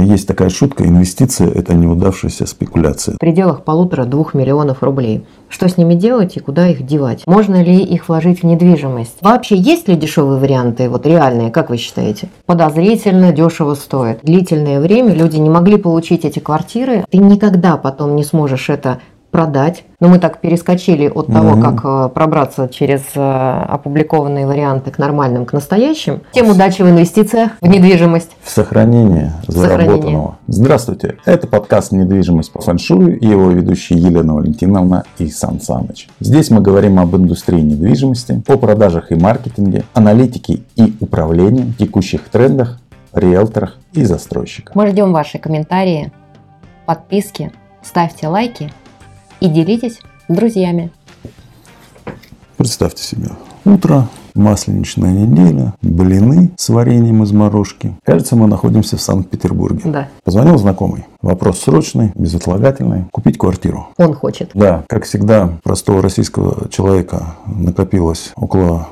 Есть такая шутка: инвестиция – это неудавшаяся спекуляция. В пределах 1,5–2 миллионов рублей. Что с ними делать и куда их девать? Можно ли их вложить в недвижимость? Вообще есть ли дешевые варианты, вот реальные, как вы считаете? Подозрительно дешево стоит. Длительное время люди не могли получить эти квартиры. Ты никогда потом не сможешь это продать. Но мы так перескочили от того, как пробраться через опубликованные варианты к нормальным, к настоящим. Всем удачи в инвестициях в недвижимость. В сохранении заработанного. Здравствуйте, это подкаст «Недвижимость по фэншую» и его ведущие Елена Валентиновна и Сан Саныч. Здесь мы говорим об индустрии недвижимости, о продажах и маркетинге, аналитике и управлении, текущих трендах, риэлторах и застройщиках. Мы ждем ваши комментарии, подписки, ставьте лайки и делитесь с друзьями. Представьте себе, утро, масленичная неделя, блины с вареньем из морожки. Кажется, мы находимся в Санкт-Петербурге. Да. Позвонил знакомый. Вопрос срочный, безотлагательный. Купить квартиру. Он хочет. Да, как всегда, простого российского человека накопилось около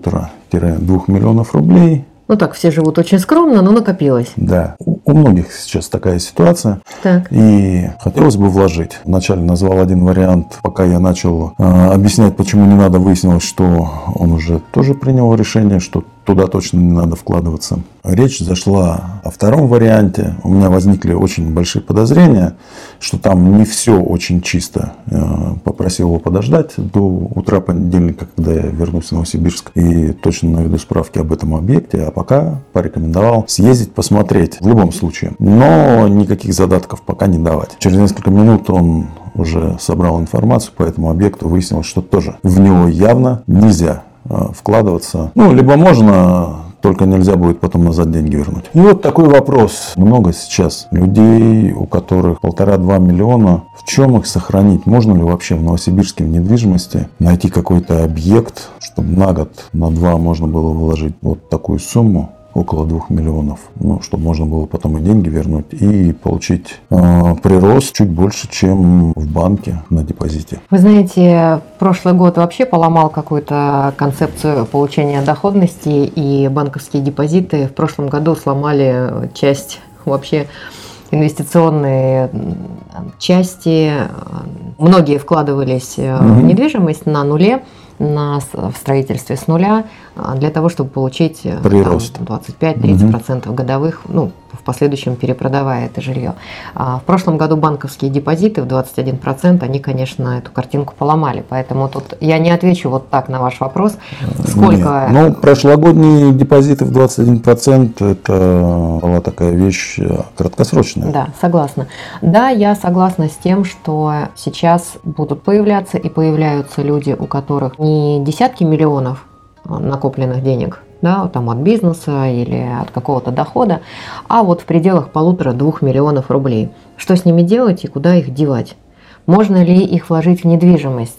1,5–2 миллионов рублей. Ну так, все живут очень скромно, но накопилось. Да, у многих сейчас такая ситуация. Так. И хотелось бы вложить. Вначале назвал один вариант, пока я начал объяснять, почему не надо, выяснилось, что он уже тоже принял решение, что туда точно не надо вкладываться. Речь зашла о втором варианте. У меня возникли очень большие подозрения, что там не все очень чисто. Попросил его подождать до утра понедельника, когда я вернусь в Новосибирск, и точно наведу справки об этом объекте. А пока порекомендовал съездить, посмотреть в любом случае. Но никаких задатков пока не давать. Через несколько минут он уже собрал информацию по этому объекту. Выяснилось, что тоже в него явно нельзя вкладываться. Либо можно, только нельзя будет потом назад деньги вернуть. И вот такой вопрос. Много сейчас людей, у которых 1,5–2 миллиона. В чем их сохранить? Можно ли вообще в Новосибирске в недвижимости найти какой-то объект, чтобы на год, на 2 можно было вложить вот такую сумму? Около 2 миллионов. Чтобы можно было потом и деньги вернуть и получить прирост чуть больше, чем в банке на депозите. Вы знаете, прошлый год вообще поломал какую-то концепцию получения доходности, и банковские депозиты в прошлом году сломали часть вообще инвестиционные части. Многие вкладывались в недвижимость на нуле, в строительстве с нуля, для того, чтобы получить прирост 25–30% годовых, в последующем перепродавая это жилье. В прошлом году банковские депозиты в 21%, они, конечно, эту картинку поломали. Поэтому тут я не отвечу вот так на ваш вопрос. Сколько... Нет. Прошлогодние депозиты в 21% это была такая вещь краткосрочная. Да, согласна. Да, я согласна с тем, что сейчас будут появляться и появляются люди, у которых не десятки миллионов накопленных денег, там от бизнеса или от какого-то дохода, а вот в пределах 1,5–2 миллионов рублей. Что с ними делать и куда их девать? Можно ли их вложить в недвижимость?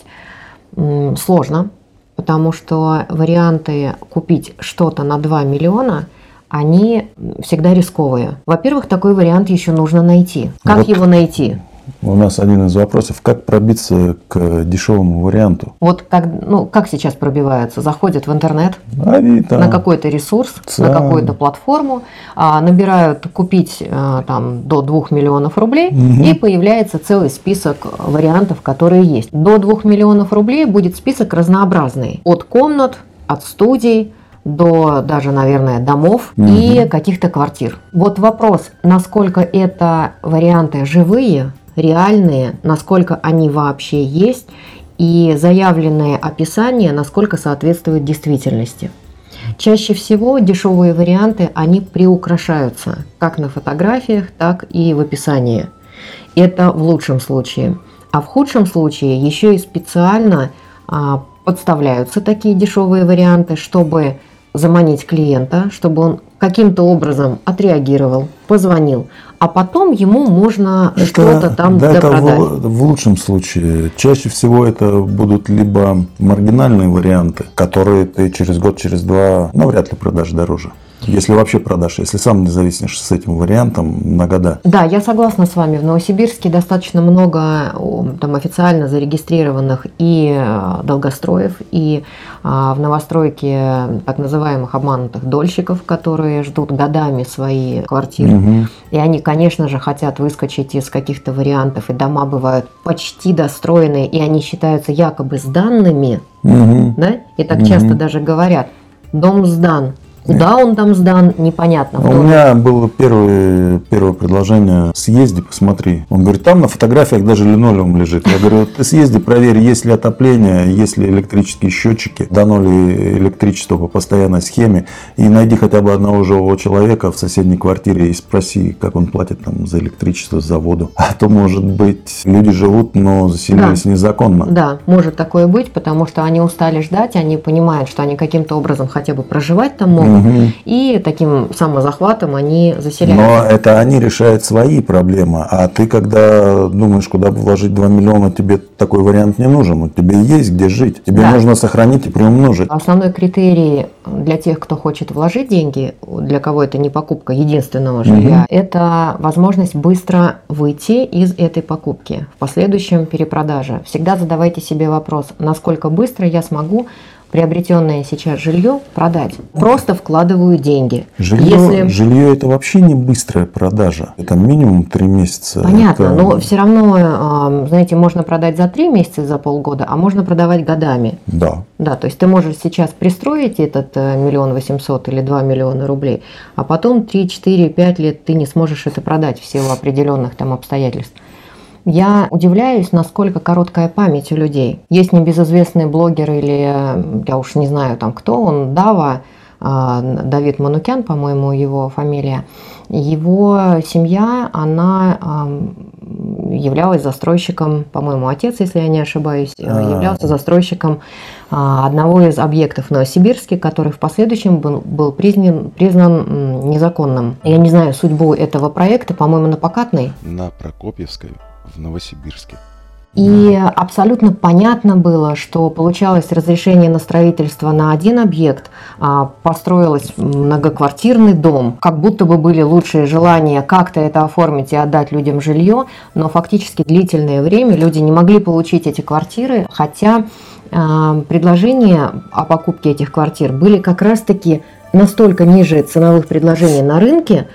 Сложно, потому что варианты купить что-то на 2 миллиона, они всегда рисковые. Во-первых, такой вариант еще нужно найти. Как его найти? У нас один из вопросов: как пробиться к дешевому варианту? Вот как сейчас пробиваются? Заходят в интернет, Авито, на какой-то ресурс, на какую-то платформу, набирают купить до 2 миллионов рублей, и появляется целый список вариантов, которые есть. До 2 миллионов рублей будет список разнообразный. От комнат, от студий, до даже, наверное, домов и каких-то квартир. Вот вопрос, насколько это варианты живые, реальные, насколько они вообще есть, и заявленное описание, насколько соответствует действительности. Чаще всего дешевые варианты, они приукрашаются как на фотографиях, так и в описании. Это в лучшем случае. А в худшем случае еще и специально подставляются такие дешевые варианты, чтобы заманить клиента, чтобы он каким-то образом отреагировал, позвонил, а потом ему можно что-то там допродать. Это в лучшем случае. Чаще всего это будут либо маргинальные варианты, которые ты через год, через два навряд ли продашь дороже. Если вообще продашь, если сам не зависнешь с этим вариантом на года. Да, я согласна с вами. В Новосибирске достаточно много там официально зарегистрированных и долгостроев, и в новостройке так называемых обманутых дольщиков, которые ждут годами свои квартиры. Угу. И они, конечно же, хотят выскочить из каких-то вариантов, и дома бывают почти достроенные, и они считаются якобы сданными, да? И так часто даже говорят, дом сдан. Куда он там сдан, непонятно. У меня было первое предложение: съезди, посмотри. Он говорит, там на фотографиях даже линолеум лежит. Я говорю, ты съезди, проверь, есть ли отопление, есть ли электрические счетчики, дано ли электричество по постоянной схеме, и найди хотя бы одного живого человека в соседней квартире и спроси, как он платит там за электричество, за воду. А то, может быть, люди живут, но заселились незаконно. Да, может такое быть, потому что они устали ждать, они понимают, что они каким-то образом хотя бы проживать там могут. И таким самозахватом они заселяются. Но это они решают свои проблемы. А ты, когда думаешь, куда вложить 2 миллиона, тебе такой вариант не нужен. Тебе есть где жить. Тебе нужно сохранить и приумножить. Основной критерий для тех, кто хочет вложить деньги, для кого это не покупка единственного жилья, это возможность быстро выйти из этой покупки в последующем перепродаже. Всегда задавайте себе вопрос, насколько быстро я смогу приобретенное сейчас жилье продать. Просто вкладываю деньги. Жилье это вообще не быстрая продажа. Это минимум 3 месяца. Понятно, но все равно, знаете, можно продать за 3 месяца, за полгода, а можно продавать годами. Да. Да, то есть ты можешь сейчас пристроить этот 1 800 000 или 2 миллиона рублей, а потом 3, 4, 5 лет ты не сможешь это продать в силу определенных там обстоятельств. Я удивляюсь, насколько короткая память у людей. Есть небезызвестный блогер или, я уж не знаю там кто он, Давид Манукян, по-моему, его фамилия. Его семья, она являлась застройщиком, по-моему, отец, если я не ошибаюсь, являлся застройщиком одного из объектов в Новосибирске, который в последующем был признан незаконным. Я не знаю судьбу этого проекта, по-моему, на Покатной. На Прокопьевской в Новосибирске. И абсолютно понятно было, что получалось разрешение на строительство на один объект, построилось многоквартирный дом, как будто бы были лучшие желания как-то это оформить и отдать людям жилье, но фактически длительное время люди не могли получить эти квартиры, хотя предложения о покупке этих квартир были как раз-таки настолько ниже ценовых предложений на рынке,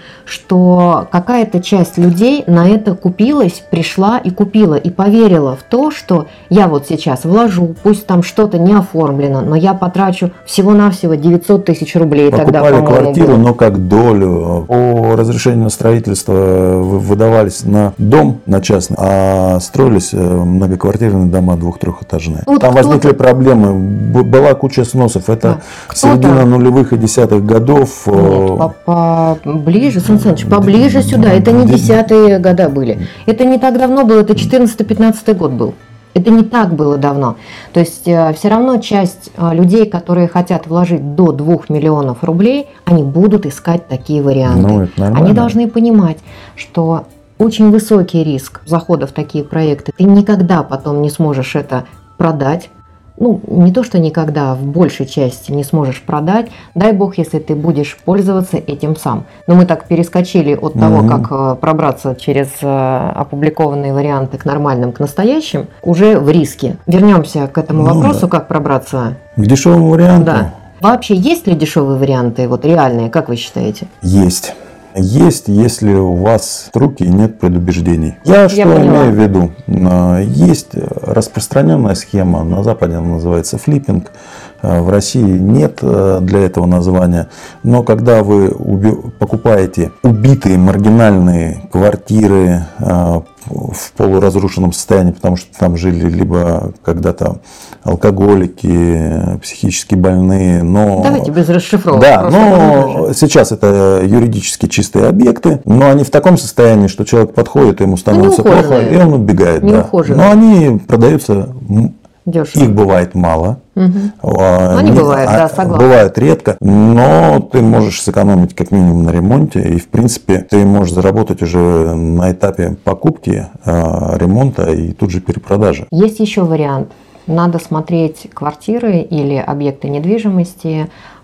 что какая-то часть людей на это купилась, пришла и купила, и поверила в то, что я вот сейчас вложу, пусть там что-то не оформлено, но я потрачу всего-навсего 900 000 рублей. Покупали тогда, по-моему, квартиру, было. но как долю. По разрешению на строительство выдавались на дом, на частный, а строились многоквартирные дома 2-3-этажные. Вот там возникли проблемы, была куча сносов. Это середина нулевых и десятых годов. Нет, поближе, Сан Саныч, поближе сюда. Это не 10-е года были. Это не так давно было, это 14-15 год был. Это не так было давно. То есть все равно часть людей, которые хотят вложить до 2 миллионов рублей, они будут искать такие варианты. Ну, это нормально. Они должны понимать, что очень высокий риск захода в такие проекты. Ты никогда потом не сможешь это продать. Ну, не то, что никогда, в большей части не сможешь продать. Дай бог, если ты будешь пользоваться этим сам. Но мы так перескочили от того, как пробраться через опубликованные варианты к нормальным, к настоящим, уже в риске. Вернемся к этому вопросу, как пробраться. К дешевому варианту? Да. Вообще, есть ли дешевые варианты, вот реальные, как вы считаете? Есть. Есть, если у вас руки нет предубеждений. Я что имею в виду? Есть распространенная схема, на Западе она называется флиппинг. В России нет для этого названия. Но когда вы покупаете убитые маргинальные квартиры в полуразрушенном состоянии, потому что там жили либо когда-то алкоголики, психически больные, но... Давайте без расшифровок. Да, но сейчас это юридически чистые объекты, но они в таком состоянии, что человек подходит, ему становится плохо, и он убегает. Да. Но они продаются... Дешево. Их бывает мало. Они бывают, да, согласна. Бывает редко, но ты можешь сэкономить как минимум на ремонте. И, в принципе, ты можешь заработать уже на этапе покупки, ремонта и тут же перепродажи. Есть еще вариант. Надо смотреть квартиры или объекты недвижимости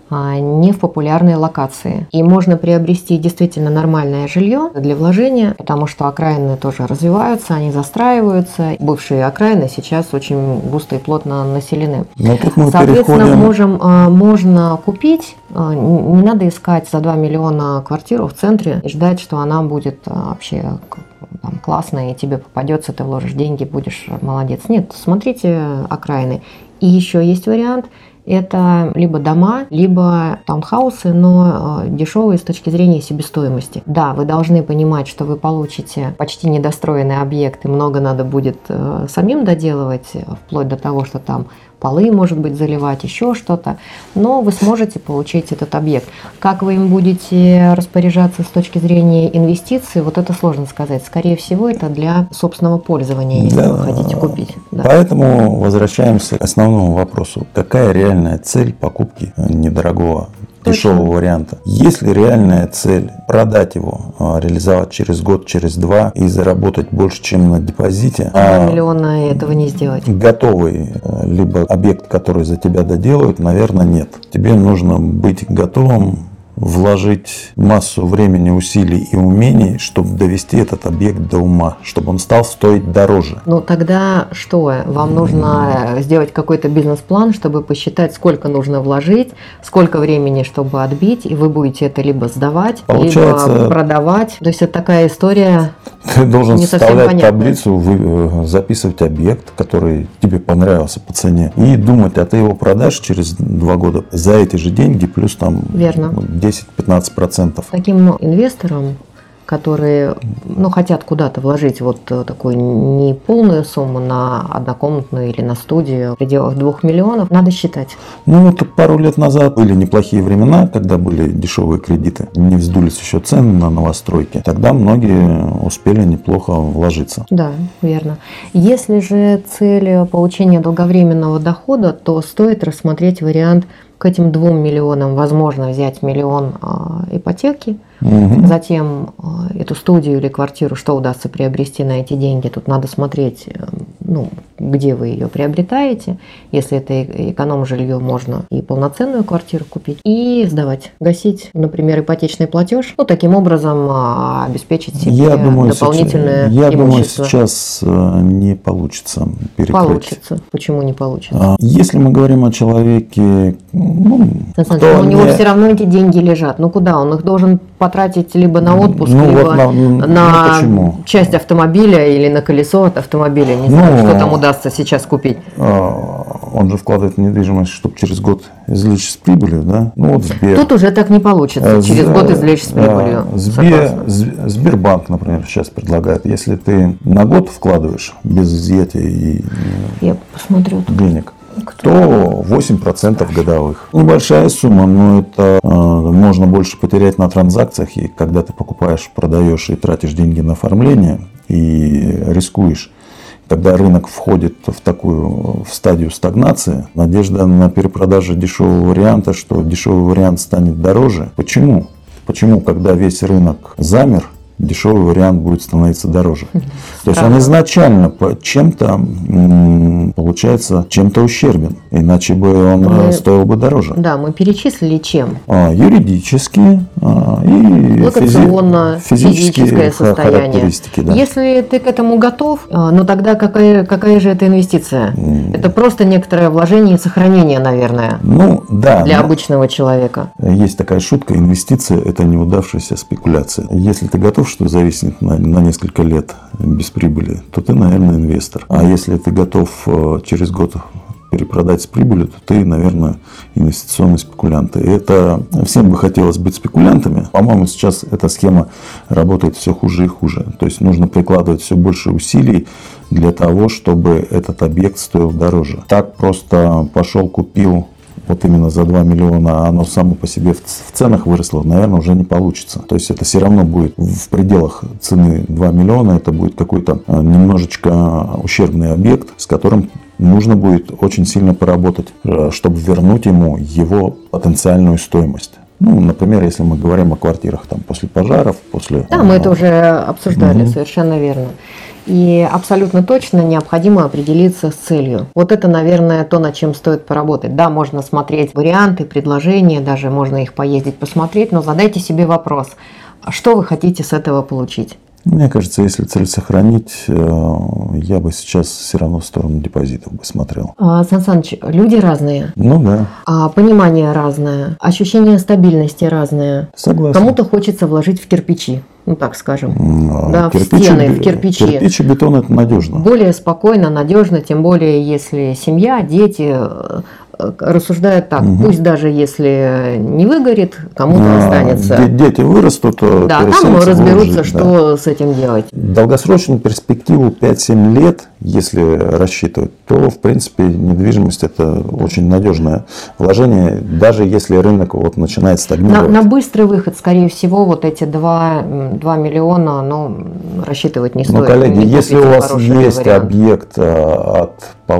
не в популярной локации. И можно приобрести действительно нормальное жилье для вложения, потому что окраины тоже развиваются, они застраиваются. Бывшие окраины сейчас очень густо и плотно населены. Соответственно, можно купить, не надо искать за 2 миллиона квартиру в центре и ждать, что она будет вообще там классная, и тебе попадется, ты вложишь деньги, будешь молодец. Нет, смотрите окраины. И еще есть вариант. Это либо дома, либо таунхаусы, но дешевые с точки зрения себестоимости. Да, вы должны понимать, что вы получите почти недостроенный объект, и много надо будет самим доделывать, вплоть до того, что там полы, может быть, заливать, еще что-то, но вы сможете получить этот объект. Как вы им будете распоряжаться с точки зрения инвестиций, вот это сложно сказать. Скорее всего, это для собственного пользования, если вы хотите купить. Да. Поэтому возвращаемся к основному вопросу. Какая реальная цель покупки недорогого, дешевого варианта? Если реальная цель продать его, реализовать через год, через два и заработать больше, чем на депозите, 2 миллиона этого не сделать. Готовый либо объект, который за тебя доделают, наверное, нет. Тебе нужно быть готовым вложить массу времени, усилий и умений, чтобы довести этот объект до ума, чтобы он стал стоить дороже. Ну тогда что? Вам нужно сделать какой-то бизнес-план, чтобы посчитать, сколько нужно вложить, сколько времени, чтобы отбить, и вы будете это либо сдавать, либо продавать. То есть это такая история. Ты должен составлять таблицу, записывать объект, который тебе понравился по цене, и думать, а ты его продашь через 2 года за эти же деньги, плюс там 10-15%. Таким инвесторам, которые хотят куда-то вложить вот такую не полную сумму на однокомнатную или на студию в пределах 2 миллионов, надо считать. Вот пару лет назад были неплохие времена, когда были дешевые кредиты, не вздулись еще цены на новостройки. Тогда многие успели неплохо вложиться. Да, верно. Если же цель получения долговременного дохода, то стоит рассмотреть вариант к этим 2 миллионам, возможно, взять 1 миллион ипотеки, затем эту студию или квартиру, что удастся приобрести на эти деньги, тут надо смотреть, где вы ее приобретаете. Если это эконом-жилье, можно и полноценную квартиру купить и сдавать, гасить, например, ипотечный платеж, таким образом обеспечить себе дополнительное имущество. Я думаю, сейчас не получится перекрыть. Получится. Почему не получится? Если мы говорим о человеке, у него все равно эти деньги лежат. Куда? Он их должен потратить либо на отпуск, либо на часть автомобиля или на колесо от автомобиля. Не знаю, что там удастся сейчас купить. Он же вкладывает в недвижимость, чтобы через год извлечь с прибылью, да? Тут уже так не получится, через год извлечь с прибылью. Сбербанк, например, сейчас предлагает, если ты на год вкладываешь без изъятия денег, то 8% годовых. Небольшая сумма, но это можно больше потерять на транзакциях. И когда ты покупаешь, продаешь и тратишь деньги на оформление и рискуешь, когда рынок входит в стадию стагнации, надежда на перепродажу дешевого варианта, что дешевый вариант станет дороже. Почему? Почему, когда весь рынок замер, дешевый вариант будет становиться дороже? То есть он изначально чем-то ущербен, иначе бы он стоил бы дороже. Да, мы перечислили чем? Юридические и физические характеристики. Да. Если ты к этому готов, тогда какая же это инвестиция? Это просто некоторое вложение и сохранение, наверное, для обычного человека. Есть такая шутка: инвестиция – это неудавшаяся спекуляция. Если ты готов, что зависнет на несколько лет без прибыли, то ты, наверное, инвестор. А если ты готов через год перепродать с прибылью, то ты, наверное, инвестиционный спекулянт. И это всем бы хотелось быть спекулянтами. По-моему, сейчас эта схема работает все хуже и хуже. То есть нужно прикладывать все больше усилий для того, чтобы этот объект стоил дороже. Так просто пошел, купил именно за 2 миллиона, а оно само по себе в ценах выросло, наверное, уже не получится. То есть это все равно будет в пределах цены 2 миллиона, это будет какой-то немножечко ущербный объект, с которым нужно будет очень сильно поработать, чтобы вернуть ему его потенциальную стоимость. Ну, например, если мы говорим о квартирах там, после пожаров, после... Да, мы это уже обсуждали, совершенно верно. И абсолютно точно необходимо определиться с целью. Вот это, наверное, то, над чем стоит поработать. Да, можно смотреть варианты, предложения, даже можно их поездить, посмотреть, но задайте себе вопрос, что вы хотите с этого получить? Мне кажется, если цель сохранить, я бы сейчас все равно в сторону депозитов бы смотрел. Сан Саныч, люди разные. Ну да. Понимание разное, ощущение стабильности разное. Согласен. Кому-то хочется вложить в кирпичи, ну так скажем. Да, в Кирпичи, стены, в кирпичи. Кирпич и бетон – это надежно. Более спокойно, надежно, тем более если семья, дети рассуждают так, пусть даже если не выгорит, кому-то останется. Дети вырастут, да, там разберутся, что с этим делать. Долгосрочную перспективу 5-7 лет, если рассчитывать, то, в принципе, недвижимость – это очень надежное вложение, даже если рынок вот начинает стагнировать. На быстрый выход, скорее всего, вот эти 2 миллиона, рассчитывать не стоит. Но, коллеги, если у вас есть объект от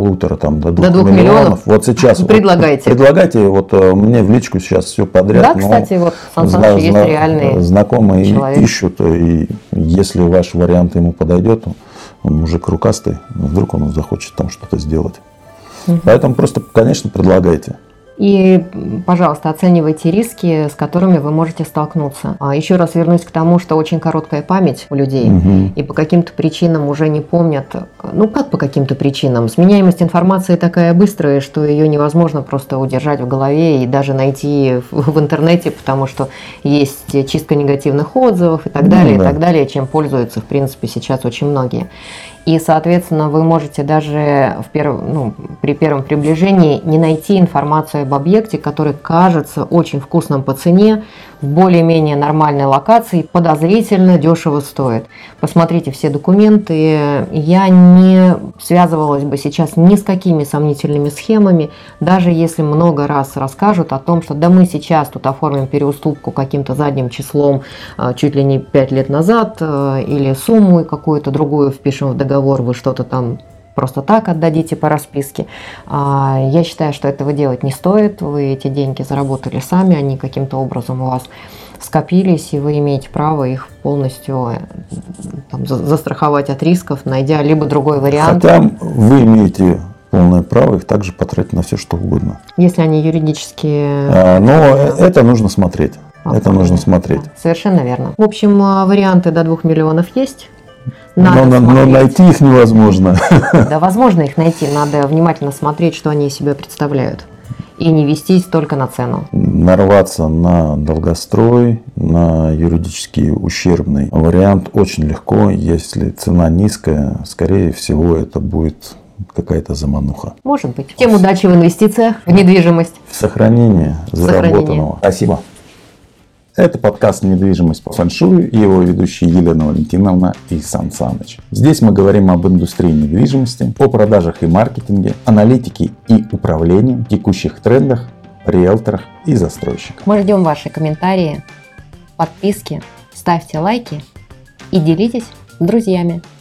1,5 до 2 миллионов, вот сейчас предлагайте вот мне в личку сейчас все подряд. Да, кстати, вот Сан Саныч есть реальные знакомые человек. Ищут, и если ваш вариант ему подойдет, он мужик рукастый, вдруг он захочет там что-то сделать. Поэтому просто, конечно, предлагайте. И, пожалуйста, оценивайте риски, с которыми вы можете столкнуться. Еще раз вернусь к тому, что очень короткая память у людей, и по каким-то причинам уже не помнят. Ну, как по каким-то причинам? Сменяемость информации такая быстрая, что ее невозможно просто удержать в голове и даже найти в интернете, потому что есть чистка негативных отзывов и так далее, и так далее, чем пользуются, в принципе, сейчас очень многие. И, соответственно, вы можете даже при первом приближении не найти информацию об объекте, который кажется очень вкусным по цене, в более-менее нормальной локации, подозрительно дешево стоит. Посмотрите все документы. Я не связывалась бы сейчас ни с какими сомнительными схемами, даже если много раз расскажут о том, что да мы сейчас тут оформим переуступку каким-то задним числом чуть ли не 5 лет назад, или сумму какую-то другую впишем в договор, вы что-то там просто так отдадите по расписке. Я считаю, что этого делать не стоит. Вы эти деньги заработали сами, они каким-то образом у вас скопились, и вы имеете право их полностью застраховать от рисков, найдя либо другой вариант. Хотя вы имеете полное право их также потратить на все, что угодно. Если они юридически... Но это нужно смотреть. Это нужно смотреть. Совершенно верно. В общем, варианты до 2 миллионов есть. Но найти их невозможно. Да, возможно их найти. Надо внимательно смотреть, что они из себя представляют. И не вестись только на цену. Нарваться на долгострой, на юридически ущербный вариант очень легко. Если цена низкая, скорее всего, это будет какая-то замануха. Может быть. Всем удачи в инвестициях, в недвижимость. В сохранении заработанного. Спасибо. Это подкаст «Недвижимость по фэншую» и его ведущие Елена Валентиновна и Сан Саныч. Здесь мы говорим об индустрии недвижимости, о продажах и маркетинге, аналитике и управлении, текущих трендах, риэлторах и застройщиках. Мы ждем ваши комментарии, подписки, ставьте лайки и делитесь с друзьями.